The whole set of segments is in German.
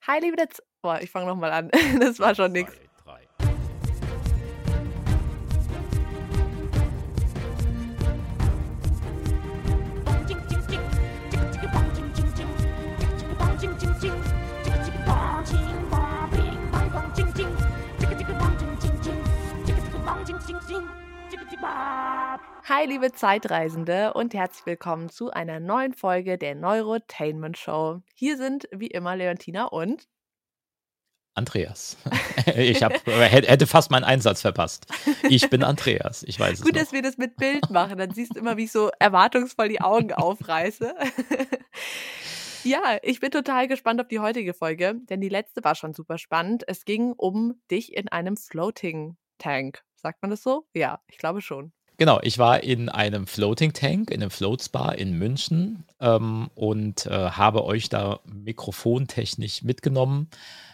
Hi, liebe Netz. Boah, ich fange nochmal an. Das war schon nix. 2, 3. Hi, liebe Zeitreisende und herzlich willkommen zu einer neuen Folge der Neurotainment Show. Hier sind wie immer Leontina und Andreas. Ich hätte fast meinen Einsatz verpasst. Ich bin Andreas, ich weiß es gut, noch. dass wir das mit Bild machen. Dann siehst du immer, wie ich so erwartungsvoll die Augen aufreiße. Ja, ich bin total gespannt auf die heutige Folge, denn die letzte war schon super spannend. Es ging um dich in einem Floating Tank. Sagt man das so? Ja, ich glaube schon. Genau, ich war in einem Floating Tank, in einem Float Spa in München und habe euch da mikrofontechnisch mitgenommen.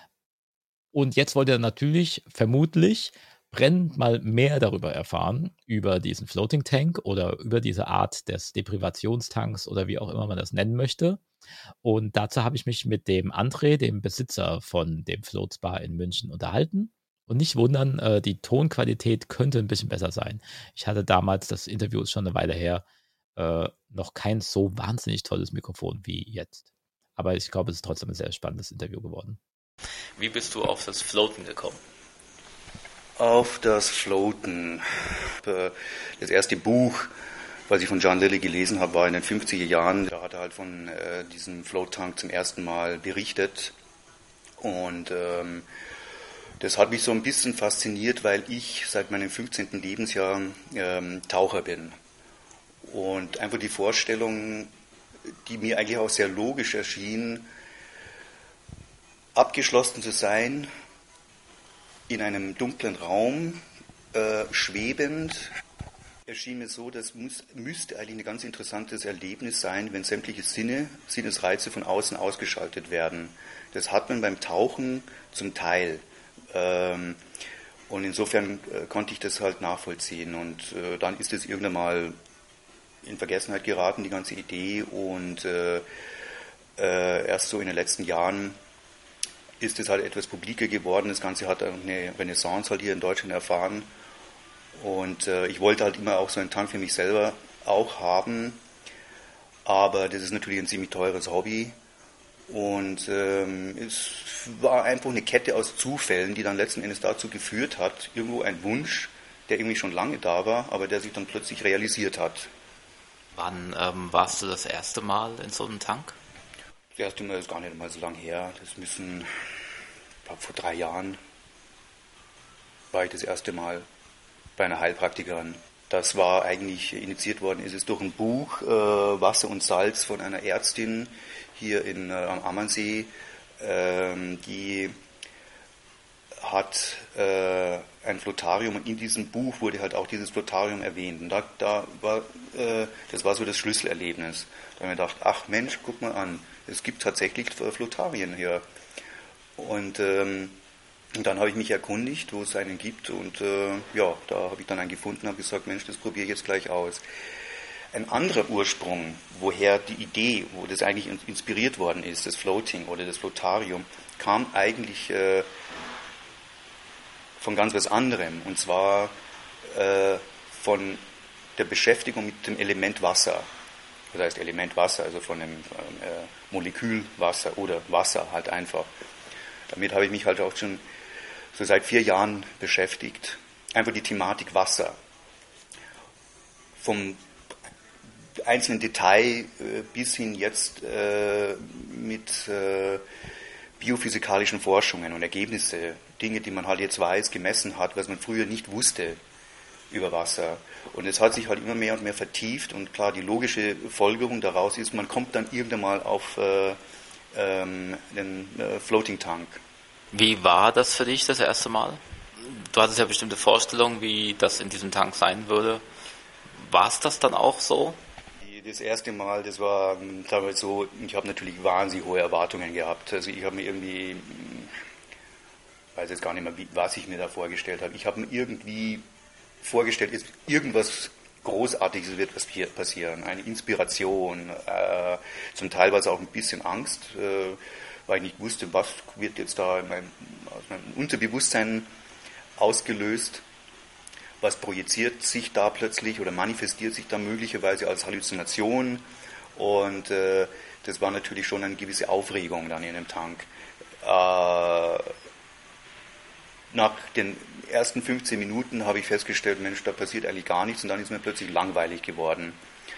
Und jetzt wollt ihr natürlich, vermutlich, brennend mal mehr darüber erfahren, über diesen Floating Tank oder über diese Art des Deprivationstanks oder wie auch immer man das nennen möchte. Und dazu habe ich mich mit dem André, dem Besitzer von dem Float Spa in München, unterhalten. Und nicht wundern, die Tonqualität könnte ein bisschen besser sein. Ich hatte damals, das Interview ist schon eine Weile her, noch kein so wahnsinnig tolles Mikrofon wie jetzt. Aber ich glaube, es ist trotzdem ein sehr spannendes Interview geworden. Wie bist du auf das Floaten gekommen? Auf das Floaten. Das erste Buch, was ich von John Lilly gelesen habe, war in den 50er Jahren. Da hat er halt von diesem Float-Tank zum ersten Mal berichtet. Und das hat mich so ein bisschen fasziniert, weil ich seit meinem 15. Lebensjahr Taucher bin. Und einfach die Vorstellung, die mir eigentlich auch sehr logisch erschien, abgeschlossen zu sein, in einem dunklen Raum, schwebend, erschien mir so, das müsste eigentlich ein ganz interessantes Erlebnis sein, wenn sämtliche Sinnesreize von außen ausgeschaltet werden. Das hat man beim Tauchen zum Teil. Und insofern konnte ich das halt nachvollziehen. Und dann ist es irgendwann mal in Vergessenheit geraten, die ganze Idee. Und erst so in den letzten Jahren ist es halt etwas publiker geworden. Das Ganze hat eine Renaissance halt hier in Deutschland erfahren. Und ich wollte halt immer auch so einen Tank für mich selber auch haben. Aber das ist natürlich ein ziemlich teures Hobby. Und es war einfach eine Kette aus Zufällen, die dann letzten Endes dazu geführt hat, irgendwo ein Wunsch, der irgendwie schon lange da war, aber der sich dann plötzlich realisiert hat. Wann warst du das erste Mal in so einem Tank? Das erste Mal ist gar nicht mal so lange her. Das müssen, ich glaube, vor 3 Jahren war ich das erste Mal bei einer Heilpraktikerin. Das war eigentlich initiiert worden, ist es durch ein Buch Wasser und Salz von einer Ärztin hier am Ammersee. Die hat ein Flotarium und in diesem Buch wurde halt auch dieses Flotarium erwähnt. Und das war so das Schlüsselerlebnis. Da habe ich mir gedacht, ach Mensch, guck mal an, es gibt tatsächlich Flotarien hier. Und dann habe ich mich erkundigt, wo es einen gibt. Und ja, da habe ich dann einen gefunden und habe gesagt, Mensch, das probiere ich jetzt gleich aus. Ein anderer Ursprung, woher die Idee, wo das eigentlich inspiriert worden ist, das Floating oder das Flotarium, kam eigentlich von ganz was anderem. Und zwar von der Beschäftigung mit dem Element Wasser. Das heißt Element Wasser, also von dem Molekül Wasser oder Wasser halt einfach. Damit habe ich mich halt auch schon so seit 4 Jahren beschäftigt. Einfach die Thematik Wasser. Vom einzelnen Detail bis hin jetzt mit biophysikalischen Forschungen und Ergebnisse, Dinge, die man halt jetzt weiß, gemessen hat, was man früher nicht wusste über Wasser. Und es hat sich halt immer mehr und mehr vertieft und klar, die logische Folgerung daraus ist, man kommt dann irgendwann mal auf den Floating Tank. Wie war das für dich das erste Mal? Du hattest ja bestimmte Vorstellungen, wie das in diesem Tank sein würde. War es das dann auch so? Das erste Mal, das war, sagen wir so, ich habe natürlich wahnsinnig hohe Erwartungen gehabt. Also ich habe mir irgendwie, weiß jetzt gar nicht mehr, was ich mir da vorgestellt habe. Ich habe mir irgendwie vorgestellt, irgendwas Großartiges wird passieren. Eine Inspiration, zum Teil war es auch ein bisschen Angst, weil ich nicht wusste, was wird jetzt da aus meinem Unterbewusstsein ausgelöst, was projiziert sich da plötzlich oder manifestiert sich da möglicherweise als Halluzination. Und das war natürlich schon eine gewisse Aufregung dann in dem Tank. Nach den ersten 15 Minuten habe ich festgestellt, Mensch, da passiert eigentlich gar nichts, und dann ist mir plötzlich langweilig geworden.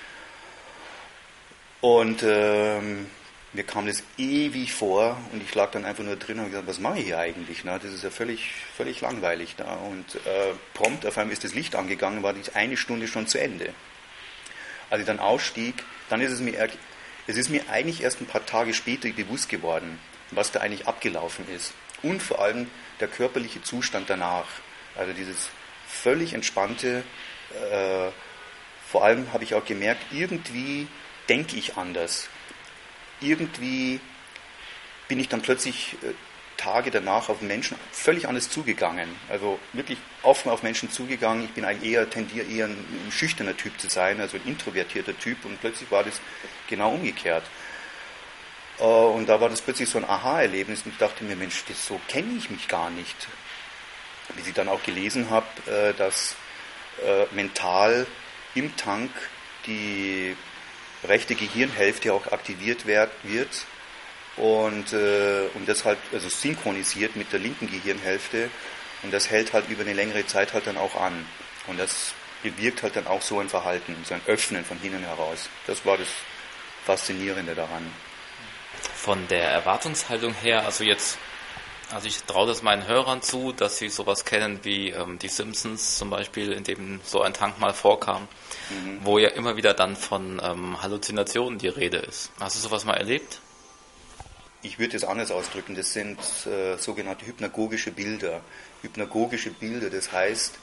Und mir kam das ewig vor, und ich lag dann einfach nur drin und habe gesagt, was mache ich hier eigentlich? Das ist ja völlig langweilig da. Und prompt auf einmal ist das Licht angegangen, war die eine Stunde schon zu Ende. Als ich dann ausstieg, dann ist es mir eigentlich erst ein paar Tage später bewusst geworden, was da eigentlich abgelaufen ist. Und vor allem der körperliche Zustand danach. Also dieses völlig entspannte, vor allem habe ich auch gemerkt, irgendwie denke ich anders. Irgendwie bin ich dann plötzlich Tage danach auf Menschen völlig anders zugegangen. Also wirklich offen auf Menschen zugegangen. Ich bin eigentlich tendiere eher ein schüchterner Typ zu sein, also ein introvertierter Typ, und plötzlich war das genau umgekehrt. Und da war das plötzlich so ein Aha-Erlebnis, und ich dachte mir, Mensch, so kenne ich mich gar nicht. Bis ich dann auch gelesen habe, dass mental im Tank die rechte Gehirnhälfte auch aktiviert wird und das halt also synchronisiert mit der linken Gehirnhälfte, und das hält halt über eine längere Zeit halt dann auch an, und das bewirkt halt dann auch so ein Verhalten, so ein Öffnen von innen heraus. Das war das Faszinierende daran. Von der Erwartungshaltung her, also ich traue das meinen Hörern zu, dass sie sowas kennen wie die Simpsons zum Beispiel, in dem so ein Tank mal vorkam, wo ja immer wieder dann von Halluzinationen die Rede ist. Hast du sowas mal erlebt? Ich würde es anders ausdrücken, das sind sogenannte hypnagogische Bilder. Hypnagogische Bilder, das heißt,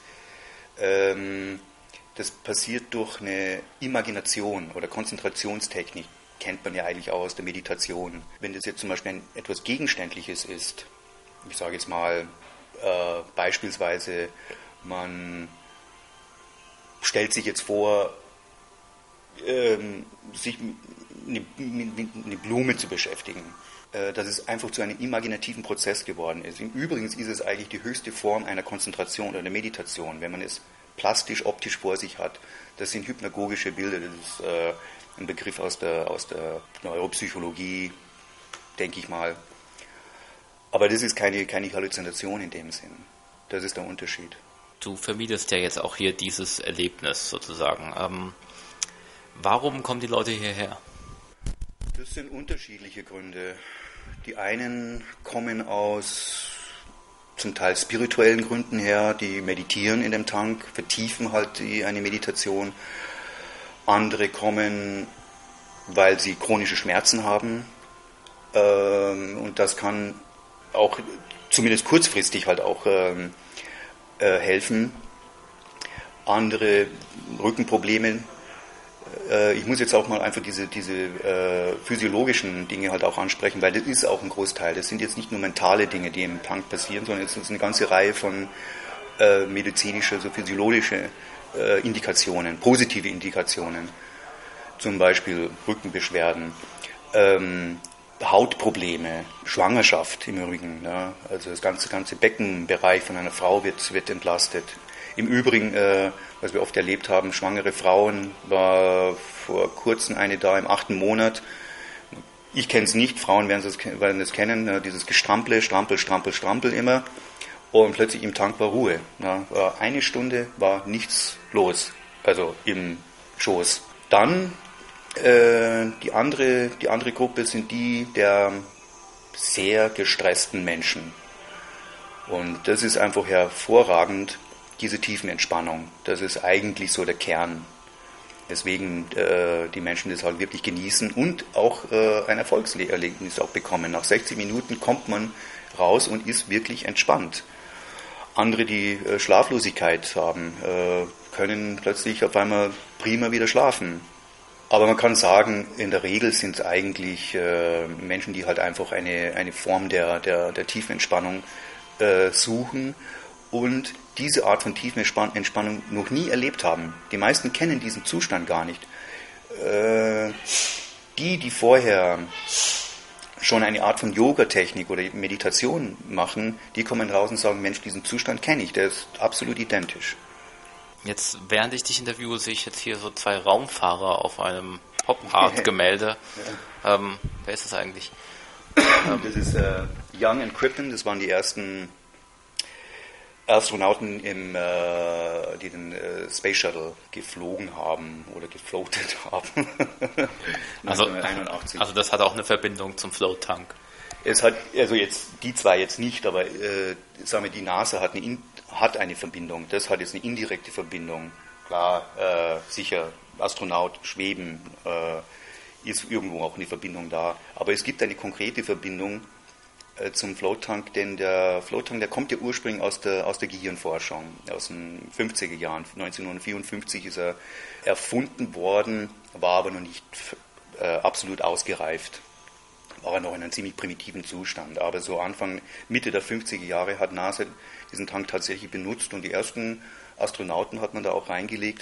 das passiert durch eine Imagination oder Konzentrationstechnik. Kennt man ja eigentlich auch aus der Meditation. Wenn das jetzt zum Beispiel etwas Gegenständliches ist, ich sage jetzt mal beispielsweise, man stellt sich jetzt vor, sich mit eine Blume zu beschäftigen, dass es einfach zu einem imaginativen Prozess geworden ist. Im Übrigen ist es eigentlich die höchste Form einer Konzentration oder einer Meditation, wenn man es plastisch, optisch vor sich hat. Das sind hypnagogische Bilder, das ist ein Begriff aus der Neuropsychologie, denke ich mal. Aber das ist keine Halluzination in dem Sinn. Das ist der Unterschied. Du vermietest ja jetzt auch hier dieses Erlebnis sozusagen. Warum kommen die Leute hierher? Das sind unterschiedliche Gründe. Die einen kommen aus zum Teil spirituellen Gründen her, die meditieren in dem Tank, vertiefen halt eine Meditation. Andere kommen, weil sie chronische Schmerzen haben, und das kann auch zumindest kurzfristig halt auch helfen. Andere Rückenprobleme. Ich muss jetzt auch mal einfach diese physiologischen Dinge halt auch ansprechen, weil das ist auch ein Großteil. Das sind jetzt nicht nur mentale Dinge, die im Tank passieren, sondern es ist eine ganze Reihe von medizinische, also physiologische Indikationen, positive Indikationen. Zum Beispiel Rückenbeschwerden, Hautprobleme, Schwangerschaft im Übrigen. Ja, also das ganze Beckenbereich von einer Frau wird entlastet. Im Übrigen, was wir oft erlebt haben, schwangere Frauen, war vor kurzem eine da im 8. Monat. Ich kenne es nicht, Frauen werden das kennen, dieses Gestrample, Strampel immer. Und plötzlich im Tank war Ruhe. Ja, eine Stunde war nichts los, also im Schoß. Dann die andere Gruppe sind die der sehr gestressten Menschen. Und das ist einfach hervorragend, diese Tiefenentspannung. Das ist eigentlich so der Kern. Deswegen die Menschen das halt wirklich genießen und auch ein Erfolgserlebnis auch bekommen. Nach 60 Minuten kommt man raus und ist wirklich entspannt. Andere, die Schlaflosigkeit haben, können plötzlich auf einmal prima wieder schlafen. Aber man kann sagen, in der Regel sind es eigentlich Menschen, die halt einfach eine Form der tiefen Entspannung suchen und diese Art von tiefen Entspannung noch nie erlebt haben. Die meisten kennen diesen Zustand gar nicht. Die vorher schon eine Art von Yoga-Technik oder Meditation machen, die kommen raus und sagen, Mensch, diesen Zustand kenne ich, der ist absolut identisch. Jetzt, während ich dich interviewe, sehe ich jetzt hier so 2 Raumfahrer auf einem Pop-Art-Gemälde. Wer ist das eigentlich? Das ist Young und Crippen, das waren die ersten Astronauten, die den Space Shuttle geflogen haben oder gefloatet haben. 1981. Also das hat auch eine Verbindung zum Float-Tank. Es hat, also jetzt, die 2 jetzt nicht, aber sagen wir, die NASA hat eine Verbindung. Das hat jetzt eine indirekte Verbindung. Klar, sicher, Astronaut, Schweben, ist irgendwo auch eine Verbindung da. Aber es gibt eine konkrete Verbindung zum Float-Tank, denn der Float-Tank, der kommt ja ursprünglich aus der Gehirnforschung, aus den 50er Jahren. 1954 ist er erfunden worden, war aber noch nicht absolut ausgereift. War er noch in einem ziemlich primitiven Zustand. Aber so Mitte der 50er Jahre hat NASA diesen Tank tatsächlich benutzt und die ersten Astronauten hat man da auch reingelegt,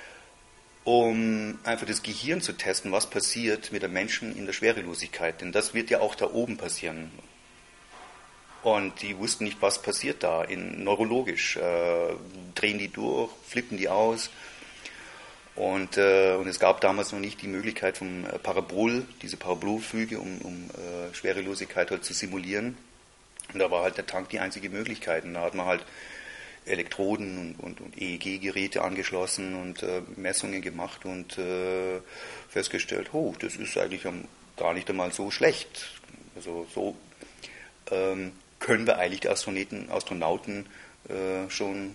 um einfach das Gehirn zu testen, was passiert mit einem Menschen in der Schwerelosigkeit. Denn das wird ja auch da oben passieren. Und die wussten nicht, was passiert da neurologisch. Drehen die durch, flippen die aus. Und es gab damals noch nicht die Möglichkeit vom diese Parabolflüge, um Schwerelosigkeit halt zu simulieren. Und da war halt der Tank die einzige Möglichkeit. Und da hat man halt Elektroden und EEG-Geräte angeschlossen und Messungen gemacht und festgestellt, das ist eigentlich gar nicht einmal so schlecht. Also so können wir eigentlich die Astronauten schon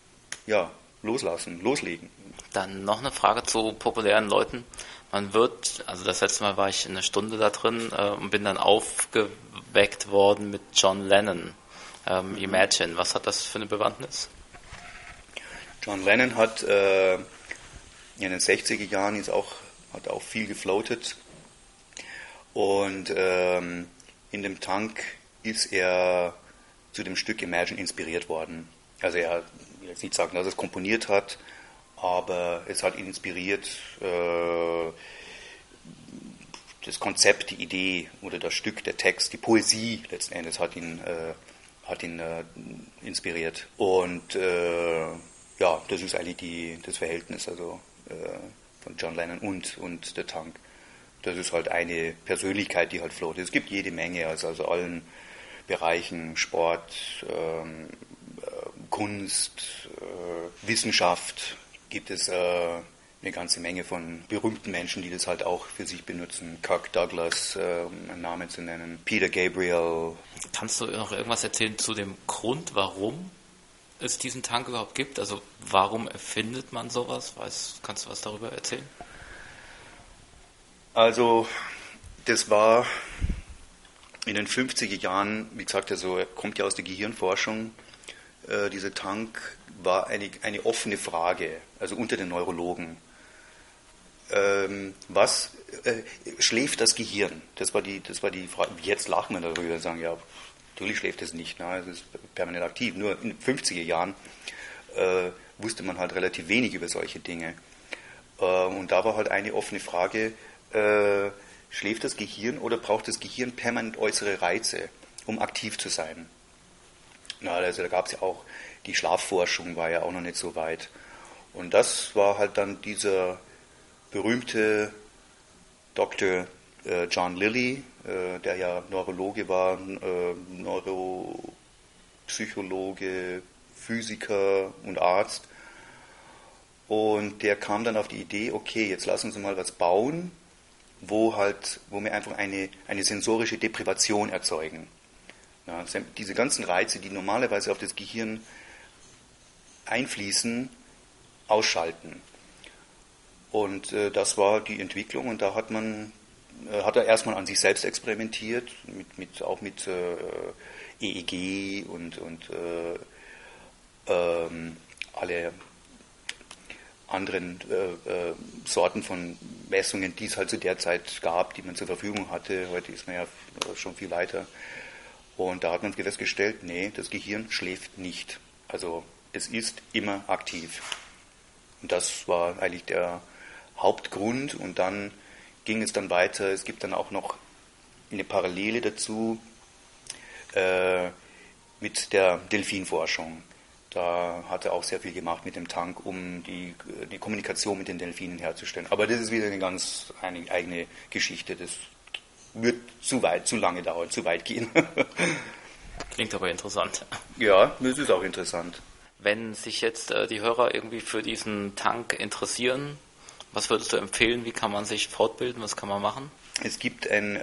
loslegen. Dann noch eine Frage zu populären Leuten. Also das letzte Mal war ich eine Stunde da drin und bin dann aufgeweckt worden mit John Lennon. Imagine, was hat das für eine Bewandtnis? John Lennon hat in den 60er Jahren hat auch viel gefloatet und in dem Tank ist er zu dem Stück Imagine inspiriert worden. Also er will jetzt nicht sagen, dass er es komponiert hat, aber es hat ihn inspiriert, das Konzept, die Idee oder das Stück, der Text, die Poesie letzten Endes hat ihn inspiriert. Und das ist eigentlich das Verhältnis von John Lennon und der Tank. Das ist halt eine Persönlichkeit, die halt floatet. Es gibt jede Menge, also allen Bereichen, Sport, Kunst, Wissenschaft, gibt es eine ganze Menge von berühmten Menschen, die das halt auch für sich benutzen. Kirk Douglas, um einen Namen zu nennen, Peter Gabriel. Kannst du noch irgendwas erzählen zu dem Grund, warum es diesen Tank überhaupt gibt? Also warum erfindet man sowas? Kannst du was darüber erzählen? Also das war in den 50er Jahren, wie gesagt, er kommt ja aus der Gehirnforschung. Dieser Tank war eine offene Frage, also unter den Neurologen. Was schläft das Gehirn? Das war die Frage. Jetzt lachen wir darüber und sagen, ja, natürlich schläft es nicht, es ist permanent aktiv. Nur in den 50er Jahren wusste man halt relativ wenig über solche Dinge. Und da war halt eine offene Frage, schläft das Gehirn oder braucht das Gehirn permanent äußere Reize, um aktiv zu sein? Also da gab es ja auch, die Schlafforschung war ja auch noch nicht so weit. Und das war halt dann dieser berühmte Dr. John Lilly, der ja Neurologe war, Neuropsychologe, Physiker und Arzt. Und der kam dann auf die Idee, okay, jetzt lass uns mal was bauen, wo wir einfach eine sensorische Deprivation erzeugen. Ja, diese ganzen Reize, die normalerweise auf das Gehirn einfließen, ausschalten. Und das war die Entwicklung und da hat er erstmal an sich selbst experimentiert, auch mit EEG und alle anderen Sorten von Messungen, die es halt zu der Zeit gab, die man zur Verfügung hatte. Heute ist man ja schon viel weiter. Und da hat man festgestellt, nee, das Gehirn schläft nicht. Also es ist immer aktiv. Und das war eigentlich der Hauptgrund. Und dann ging es dann weiter. Es gibt dann auch noch eine Parallele dazu mit der Delfinforschung. Da hat er auch sehr viel gemacht mit dem Tank, um die Kommunikation mit den Delfinen herzustellen. Aber das ist wieder eine eigene Geschichte. Das wird zu lange dauern, zu weit gehen. Klingt aber interessant. Ja, das ist auch interessant. Wenn sich jetzt die Hörer irgendwie für diesen Tank interessieren, was würdest du empfehlen? Wie kann man sich fortbilden? Was kann man machen? Es gibt ein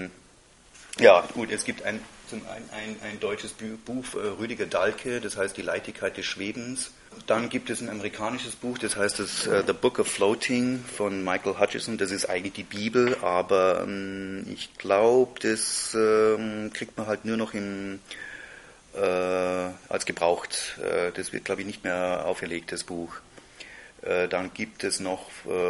zum einen ein deutsches Buch, Rüdiger Dahlke, das heißt Die Leichtigkeit des Schwebens. Dann gibt es ein amerikanisches Buch, das heißt The Book of Floating von Michael Hutchison. Das ist eigentlich die Bibel, aber ich glaube, das kriegt man halt nur noch als gebraucht. Das wird, glaube ich, nicht mehr auferlegt, das Buch. Dann gibt es noch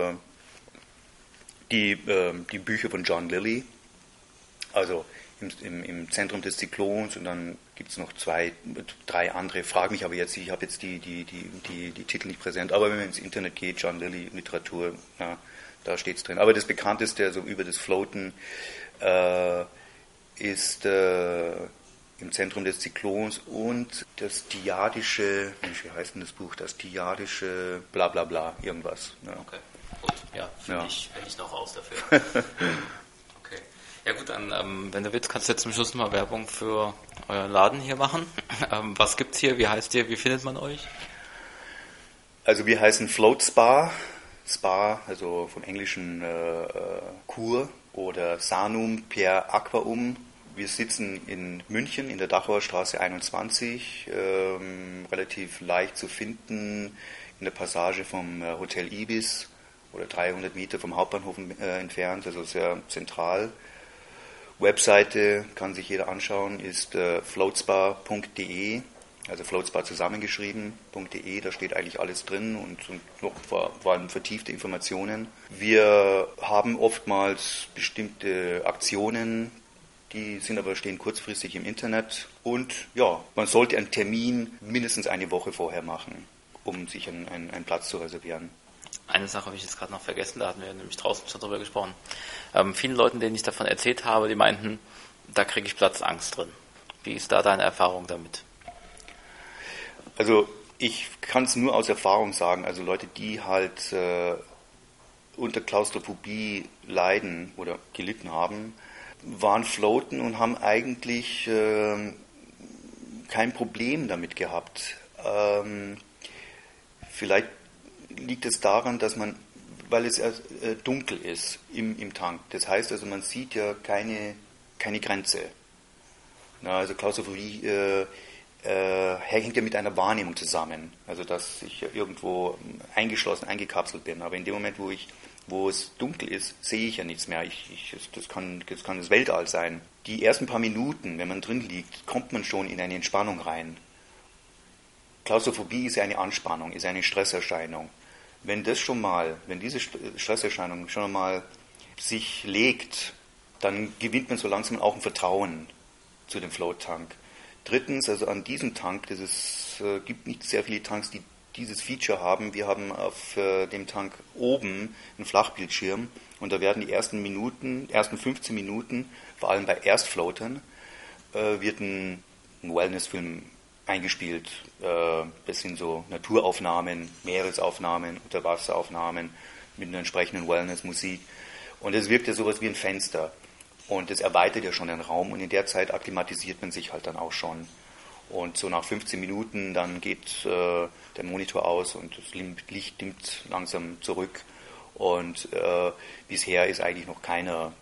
die Bücher von John Lilly, also im Zentrum des Zyklons, und dann gibt es noch 2, 3 andere, frage mich aber jetzt, ich habe jetzt die Titel nicht präsent, aber wenn man ins Internet geht, John Lilly Literatur, ja, da steht es drin. Aber das bekannteste, also über das Floaten, ist im Zentrum des Zyklons und das Dyadische, wie heißt denn das Buch, das Dyadische bla bla bla, irgendwas. Ja. Okay, gut, ja, finde ich noch raus dafür. Okay. Ja gut, dann, wenn du willst, kannst du jetzt zum Schluss mal Werbung für euren Laden hier machen. Was gibt's hier, wie heißt ihr, wie findet man euch? Also wir heißen Float Spa, also vom englischen Kur oder Sanum per Aquaum. Wir sitzen in München in der Dachauer Straße 21, relativ leicht zu finden in der Passage vom Hotel Ibis oder 300 Meter vom Hauptbahnhof entfernt, also sehr zentral. Webseite kann sich jeder anschauen, ist floatspa.de, also Floatspa zusammengeschrieben.de, da steht eigentlich alles drin und noch vor allem vertiefte Informationen. Wir haben oftmals bestimmte Aktionen, die stehen kurzfristig im Internet, und ja, man sollte einen Termin mindestens eine Woche vorher machen, um sich einen Platz zu reservieren. Eine Sache habe ich jetzt gerade noch vergessen, da hatten wir nämlich draußen schon drüber gesprochen. Vielen Leuten, denen ich davon erzählt habe, die meinten, da kriege ich Platzangst drin. Wie ist da deine Erfahrung damit? Also ich kann es nur aus Erfahrung sagen, also Leute, die halt unter Klaustrophobie leiden oder gelitten haben, waren floaten und haben eigentlich kein Problem damit gehabt. Vielleicht liegt es daran, dass weil es dunkel ist im Tank. Das heißt also, man sieht ja keine Grenze. Also Klaustrophobie hängt ja mit einer Wahrnehmung zusammen. Also dass ich irgendwo eingeschlossen, eingekapselt bin. Aber in dem Moment, wo es dunkel ist, sehe ich ja nichts mehr. Das kann das Weltall sein. Die ersten paar Minuten, wenn man drin liegt, kommt man schon in eine Entspannung rein. Klaustrophobie ist ja eine Anspannung, ist eine Stresserscheinung. Wenn diese Stresserscheinung schon mal sich legt, dann gewinnt man so langsam auch ein Vertrauen zu dem Float-Tank. Drittens, also an diesem Tank, gibt nicht sehr viele Tanks, die dieses Feature haben. Wir haben auf dem Tank oben einen Flachbildschirm, und da werden die ersten 15 Minuten, vor allem bei Erstfloatern, wird ein Wellnessfilm eingespielt. Das sind so Naturaufnahmen, Meeresaufnahmen, Unterwasseraufnahmen mit einer entsprechenden Wellnessmusik. Und es wirkt ja sowas wie ein Fenster. Und das erweitert ja schon den Raum, und in der Zeit akklimatisiert man sich halt dann auch schon. Und so nach 15 Minuten, dann geht der Monitor aus und das Licht dimmt langsam zurück. Und bisher ist eigentlich noch keiner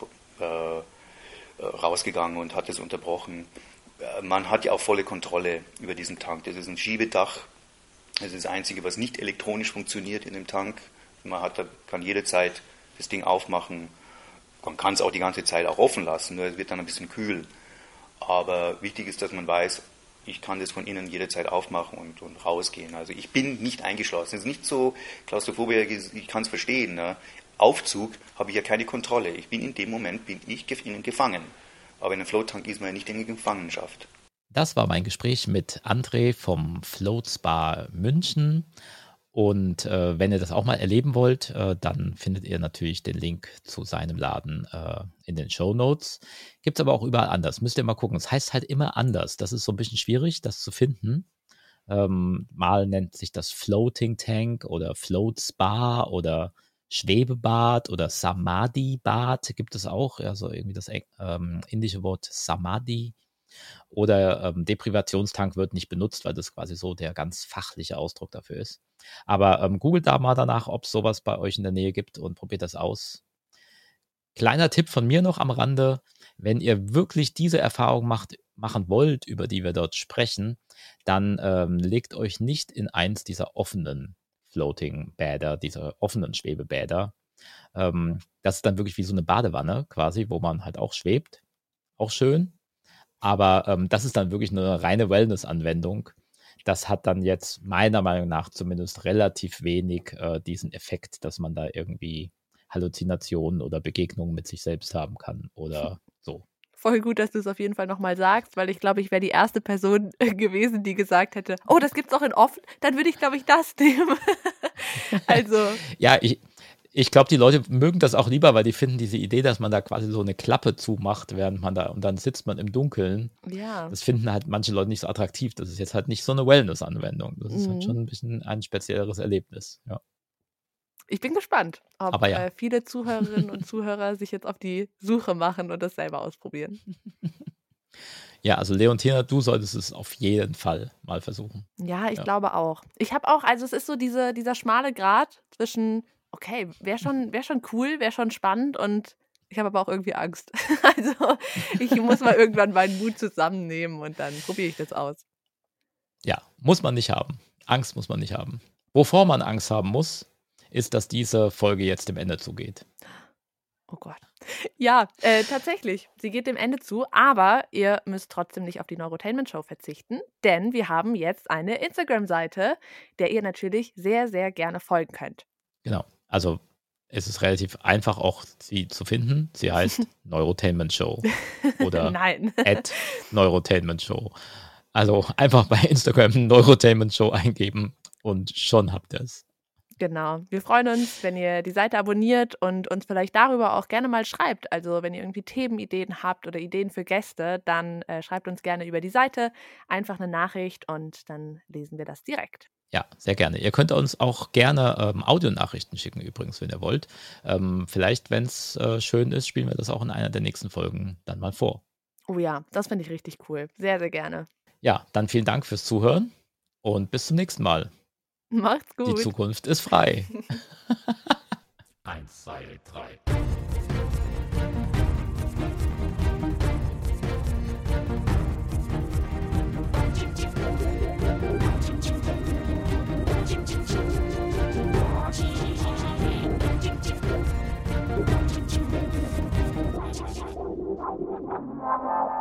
rausgegangen und hat es unterbrochen. Man hat ja auch volle Kontrolle über diesen Tank. Das ist ein Schiebedach. Das ist das Einzige, was nicht elektronisch funktioniert in dem Tank. Kann jederzeit das Ding aufmachen. Man kann es auch die ganze Zeit auch offen lassen, nur es wird dann ein bisschen kühl. Aber wichtig ist, dass man weiß, ich kann das von innen jederzeit aufmachen und rausgehen. Also ich bin nicht eingeschlossen. Es ist nicht so Klaustrophobie, ich kann es verstehen. Ne? Aufzug habe ich ja keine Kontrolle. In dem Moment bin ich innen gefangen. Aber in einem Float-Tank ist man ja nicht in Gefangenschaft. Das war mein Gespräch mit André vom Float Spa München. Und wenn ihr das auch mal erleben wollt, dann findet ihr natürlich den Link zu seinem Laden in den Shownotes. Gibt es aber auch überall anders. Müsst ihr mal gucken. Es heißt halt immer anders. Das ist so ein bisschen schwierig, das zu finden. Mal nennt sich das Floating Tank oder Float Spa oder Schwebebad oder Samadhi-Bad gibt es auch. Also irgendwie das indische Wort Samadhi. Oder Deprivationstank wird nicht benutzt, weil das quasi so der ganz fachliche Ausdruck dafür ist. Aber googelt da mal danach, ob es sowas bei euch in der Nähe gibt und probiert das aus. Kleiner Tipp von mir noch am Rande, wenn ihr wirklich diese Erfahrung machen wollt, über die wir dort sprechen, dann legt euch nicht in eins dieser offenen Floating-Bäder, dieser offenen Schwebebäder. Das ist dann wirklich wie so eine Badewanne quasi, wo man halt auch schwebt. Auch schön. Aber das ist dann wirklich eine reine Wellness-Anwendung. Das hat dann jetzt meiner Meinung nach zumindest relativ wenig diesen Effekt, dass man da irgendwie Halluzinationen oder Begegnungen mit sich selbst haben kann oder so. Voll gut, dass du es auf jeden Fall nochmal sagst, weil ich glaube, ich wäre die erste Person gewesen, die gesagt hätte, oh, das gibt's auch in offen, dann würde ich, glaube ich, das nehmen. Also. Ja, ich glaube, die Leute mögen das auch lieber, weil die finden diese Idee, dass man da quasi so eine Klappe zumacht, während man da, und dann sitzt man im Dunkeln. Ja. Das finden halt manche Leute nicht so attraktiv. Das ist jetzt halt nicht so eine Wellness-Anwendung. Das ist halt schon ein bisschen ein spezielleres Erlebnis, ja. Ich bin gespannt, ob Aber ja. Viele Zuhörerinnen und Zuhörer sich jetzt auf die Suche machen und das selber ausprobieren. Ja, also Leontina, du solltest es auf jeden Fall mal versuchen. Ja, ich glaube auch. Ich habe auch, also es ist so dieser schmale Grat zwischen, okay, wäre schon cool, wäre schon spannend und ich habe aber auch irgendwie Angst. Also ich muss mal irgendwann meinen Mut zusammennehmen und dann probiere ich das aus. Ja, muss man nicht haben. Angst muss man nicht haben. Wovor man Angst haben muss, ist, dass diese Folge jetzt dem Ende zugeht. Oh Gott. Ja, tatsächlich. Sie geht dem Ende zu, aber ihr müsst trotzdem nicht auf die Neurotainment Show verzichten, denn wir haben jetzt eine Instagram-Seite, der ihr natürlich sehr, sehr gerne folgen könnt. Genau. Also es ist relativ einfach auch sie zu finden. Sie heißt Neurotainment Show oder @Neurotainment Show. Also einfach bei Instagram Neurotainment Show eingeben und schon habt ihr es. Genau. Wir freuen uns, wenn ihr die Seite abonniert und uns vielleicht darüber auch gerne mal schreibt. Also wenn ihr irgendwie Themenideen habt oder Ideen für Gäste, dann schreibt uns gerne über die Seite einfach eine Nachricht und dann lesen wir das direkt. Ja, sehr gerne. Ihr könnt uns auch gerne Audionachrichten schicken übrigens, wenn ihr wollt. Vielleicht, wenn es schön ist, spielen wir das auch in einer der nächsten Folgen dann mal vor. Oh ja, das finde ich richtig cool. Sehr, sehr gerne. Ja, dann vielen Dank fürs Zuhören und bis zum nächsten Mal. Macht's gut. Die Zukunft ist frei. 1, 2, 3. Wow.